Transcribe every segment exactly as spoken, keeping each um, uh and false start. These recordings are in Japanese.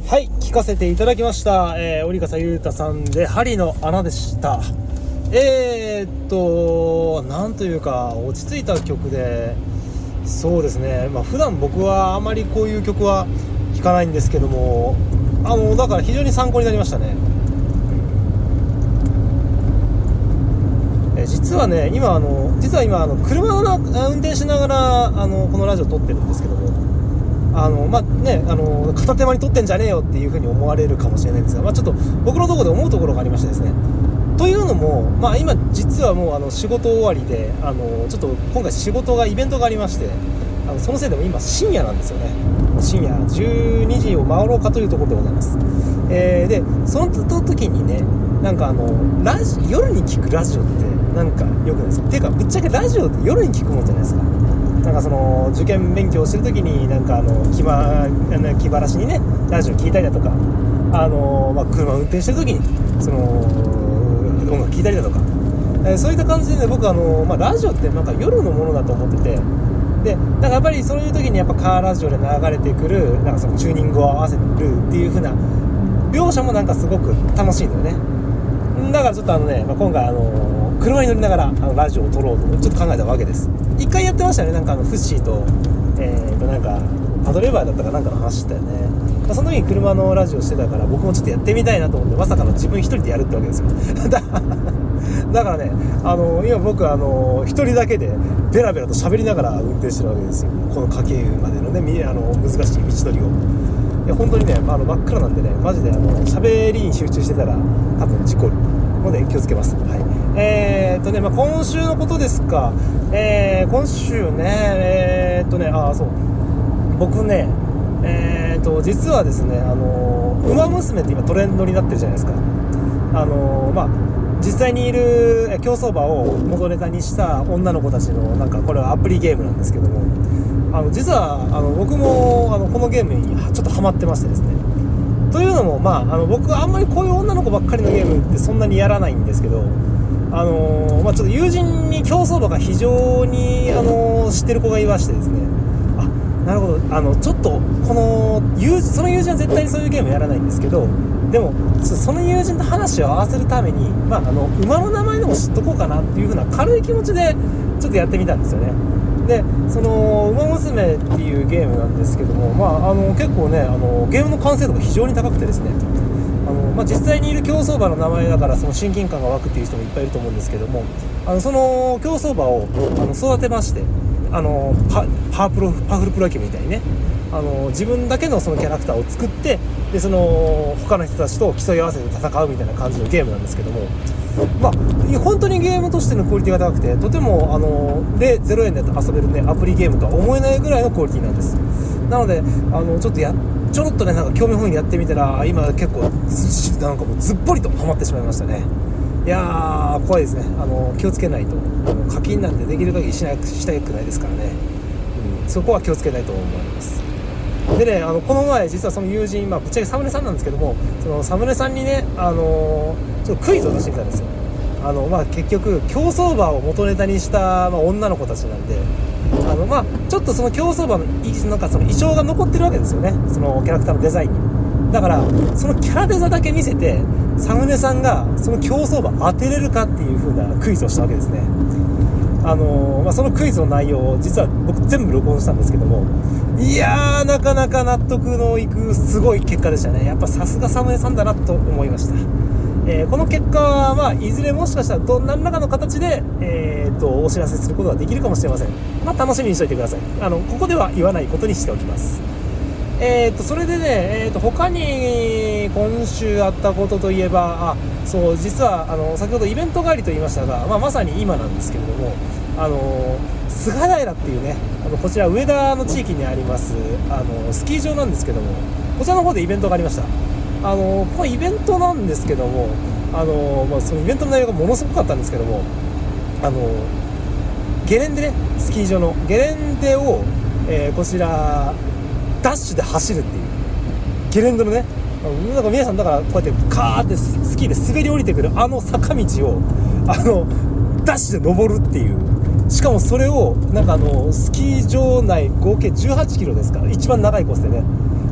はい、聞かせていただきました、えー、折笠優太さんで針の穴でした。えーっとなんというか落ち着いた曲で、そうですね、まあ、普段僕はあまりこういう曲は聴かないんですけども、あのだから非常に参考になりましたね。え実はね今あの実は今あの車の運転しながらあのこのラジオ撮ってるんですけども、あのまあね、あの片手間に撮ってんじゃねえよっていう風に思われるかもしれないんですが、まあ、ちょっと僕のところで思うところがありましてですね。というのも、まあ、今実はもうあの仕事終わりで、あのちょっと今回仕事がイベントがありまして、あのそのせいでも今深夜なんですよね。深夜じゅうにじを回ろうかというところでございます。えー、でその時にね、なんかあのラジ夜に聞くラジオってなんかよくないですか。ていうかぶっちゃけラジオって夜に聞くもんじゃないですか。なんかその受験勉強をしてる時になんかあの気ま気晴らしにねラジオ聞いたりだとか、あの、まあ、車を運転してる時にその音楽聞いたりだとか、えー、そういった感じで、ね、僕あの、まあ、ラジオってなんか夜のものだと思ってて、でなんかやっぱりそういう時にやっぱカーラジオで流れてくるなんかそのチューニングを合わせるっていう風な描写もなんかすごく楽しいんだよね。だからちょっとあのね、まあ、今回あの車に乗りながらあのラジオを撮ろうとちょっと考えたわけです。一回やってましたね。なんかあのフッシーと、えー、となんかパトレーバーだったかなんかの話したよね。まあ、その時に車のラジオしてたから僕もちょっとやってみたいなと思って、まさかの自分一人でやるってわけですよだ, だからね、あの今僕あの一人だけでベラベラと喋りながら運転してるわけですよ。この家系までのねあの難しい道のりを。いや本当にね、まあ、あの真っ暗なんでね、マジであの喋りに集中してたら多分事故るので気をつけます。はい。えーっとね、まあ、今週のことですか。えー、今週ね、えーっとね、あ、そう、僕ね、えーっと実はですね、あのウマ娘って今トレンドになってるじゃないですか。あのまあ実際にいる競走馬を元ネタにした女の子たちのなんかこれはアプリゲームなんですけども、あの実はあの僕もあのこのゲームにちょっとハマってましてですね。というのも、まあ、あの僕はあんまりこういう女の子ばっかりのゲームってそんなにやらないんですけど、あのーまあ、ちょっと友人に競走馬が非常に、あのー、知ってる子がいましてですね、あ、なるほど、あのちょっとこの友その友人は絶対にそういうゲームやらないんですけど、でもその友人と話を合わせるために、まあ、あの馬の名前でも知っとこうかなっていう風な軽い気持ちでちょっとやってみたんですよね。でそのウマ娘っていうゲームなんですけども、まあ、あの結構ねあのゲームの完成度が非常に高くてですね、あの、まあ、実際にいる競走馬の名前だからその親近感が湧くっていう人もいっぱいいると思うんですけども、あのその競走馬をあの育てまして、あの パ, パ, プロパフルプロ野球みたいにね、あの自分だけのそのキャラクターを作って、でその他の人たちと競い合わせて戦うみたいな感じのゲームなんですけども、まあ、本当にゲームとしてのクオリティが高くて、とてもあのでゼロえんで遊べる、ね、アプリゲームとは思えないぐらいのクオリティなんです。なのであのちょっとやちょろっとねなんか興味本位でやってみたら、今結構なんかもうずっぽりとハマってしまいましたね。いやー怖いですね。あの気をつけないと、あの課金なんてできる限りしないしたくないですからね、うん、そこは気をつけないと思います。でね、あのこの前実はその友人、まあ、ぶっちゃけサムネさんなんですけども、そのサムネさんにね、あのー、ちょっとクイズを出してきたんですよ。あの、まあ、結局競走馬を元ネタにした、まあ、女の子たちなんで、あの、まあ、ちょっとその競走馬のなんかその衣装が残ってるわけですよね、そのキャラクターのデザインに。だからそのキャラデザだけ見せてサムネさんがその競走馬当てれるかっていう風なクイズをしたわけですね。あのーまあ、そのクイズの内容を実は僕全部録音したんですけども、いやーなかなか納得のいくすごい結果でしたね。やっぱさすがサムネさんだなと思いました。えー、この結果は、まあ、いずれもしかしたらど何らかの形で、えー、とお知らせすることができるかもしれません。まあ、楽しみにしておいてください。あのここでは言わないことにしておきます。えー、とそれでね、えー、と他に今週あったことといえば、あそう実はあの先ほどイベント帰りと言いましたが、まあ、まさに今なんですけれども、あの菅平っていうね、あのこちら上田の地域にありますあのスキー場なんですけども、こちらの方でイベントがありました。あのこのイベントなんですけども、あの、まあ、そのイベントの内容がものすごかったんですけども、あのゲレンデね、スキー場のゲレンデを、えー、こちらダッシュで走るっていうゲレンデのね、なんか皆さんだからこうやってカーってスキーで滑り降りてくるあの坂道をあのダッシュで登るっていう、しかもそれをなんかあのスキー場内合計じゅうはちキロですから、一番長いコースでね、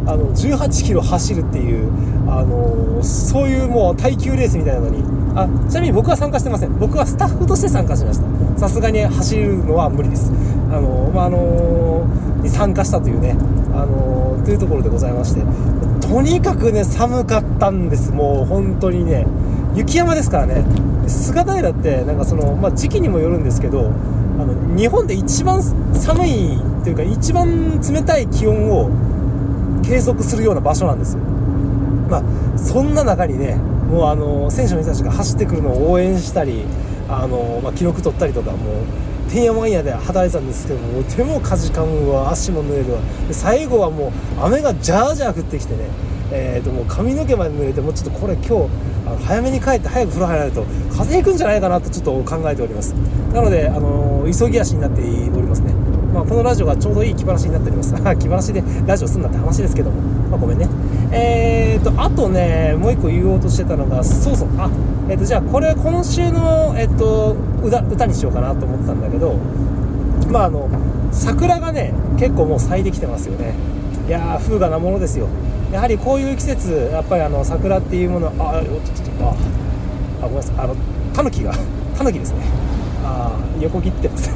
あのじゅうはちキロ走るっていう、あのそういうもう耐久レースみたいなのに、あちなみに僕は参加してません。僕はスタッフとして参加しました。さすがに走るのは無理です。あのまああのに参加したというね、あのというところでございまして、とにかくね寒かったんです。もう本当にね、雪山ですからね。菅平ってなんかその、まあ、時期にもよるんですけど、あの日本で一番寒いというか一番冷たい気温を計測するような場所なんですよ。まあそんな中にね、もうあの選手の人たちが走ってくるのを応援したり、あの、まあ、記録取ったりとか、もうてんやわんやで働いてたんですけども、手もかじかむわ、足も濡れるわ、で最後はもう雨がジャージャー降ってきてね、えー、ともう髪の毛まで濡れて、もうちょっとこれ今日あの早めに帰って早く風呂入らないと風邪ひくんじゃないかなとちょっと考えております。なので、あのー、急ぎ足になっておりますね。まあ、このラジオがちょうどいい気晴らしになっております。気晴らしでラジオすんなって話ですけども、まあ、ごめんね。えーとあとね、もう一個言おうとしてたのが、そうそう、あ、えーとじゃあこれ今週の、えーと 歌, 歌にしようかなと思ってたんだけど、まああの桜がね結構もう咲いてきてますよね。いやー風雅なものですよ。やはりこういう季節、やっぱりあの桜っていうもの、あ、ちょっと、あ、あごめんなさい、あのタヌキがタヌキですね。あ、横切ってます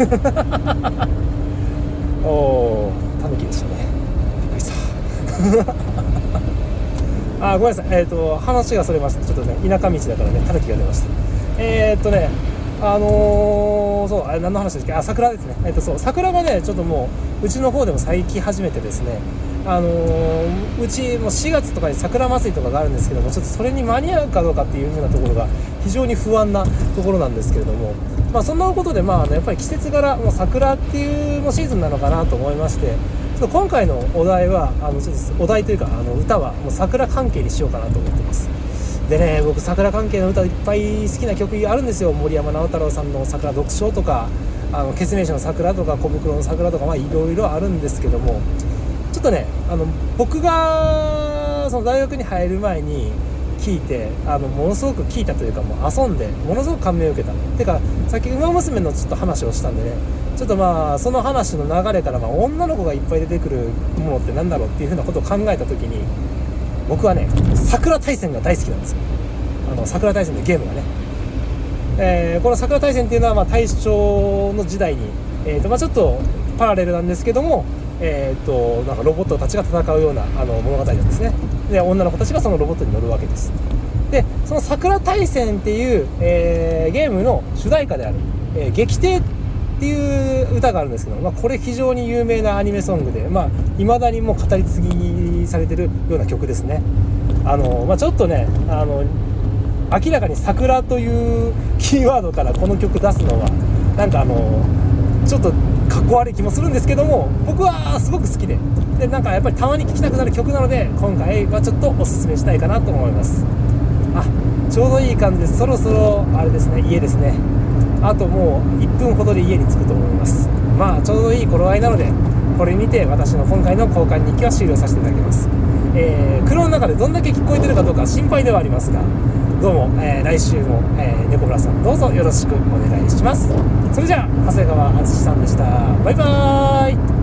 おー、タヌキでしたね。びっくりしたあ、ごめんなさい、えーと話がそれました。ちょっとね田舎道だからね、タヌキが出ました。えーっとねあのー、そう、あれ何の話ですか。あ、桜ですね。えーとそう桜がねちょっともううちの方でも咲き始めてですね、あのー、うちもしがつとかに桜祭りとかがあるんですけども、ちょっとそれに間に合うかどうかっていう風なところが非常に不安なところなんですけれども、まあ、そんなことで、まあ、やっぱり季節柄もう桜っていうもうシーズンなのかなと思いまして、ちょっと今回のお題はあのちょっとお題というかあの歌はもう桜関係にしようかなと思ってます。でね、僕桜関係の歌いっぱい好きな曲あるんですよ。森山直太朗さんの桜読書とか、あのケツメイシの桜とか小袋の桜とか、まあいろいろあるんですけども、ちょっとねあの僕がその大学に入る前に聞いて、あのものすごく聞いたというか、もう遊んでものすごく感銘を受けた。てかさっき馬娘のちょっと話をしたんでね、ちょっとまあその話の流れから、まあ女の子がいっぱい出てくるものってなんだろうっていうふうなことを考えたときに、僕はね桜大戦が大好きなんですよ。あの桜大戦のゲームがね、えー、この桜大戦っていうのはまあ大正の時代に、えーとまあ、ちょっとパラレルなんですけども、えー、となんかロボットたちが戦うようなあの物語なんですね。で女の子たちがそのロボットに乗るわけです。でその桜大戦っていう、えー、ゲームの主題歌である、えー、撃艇っていう歌があるんですけど、まあ、これ非常に有名なアニメソングで、まあ、未だにもう語り継ぎされてるような曲ですね。あの、まあ、ちょっとねあの明らかに桜というキーワードからこの曲出すのはなんかあのちょっとかっこ悪い気もするんですけども、僕はすごく好きで、でなんかやっぱりたまに聴きたくなる曲なので、今回はちょっとおすすめしたいかなと思います。あ、ちょうどいい感じです。そろそろあれですね、家ですね。あともういっぷんほどで家に着くと思います。まあちょうどいい頃合いなので、これにて私の今回の交換日記は終了させていただきます。えー、車の中でどんだけ聞こえてるかどうか心配ではありますが、どうも、えー、来週も、えー、猫村さんどうぞよろしくお願いします。それじゃあ長谷川敦さんでした。バイバーイ。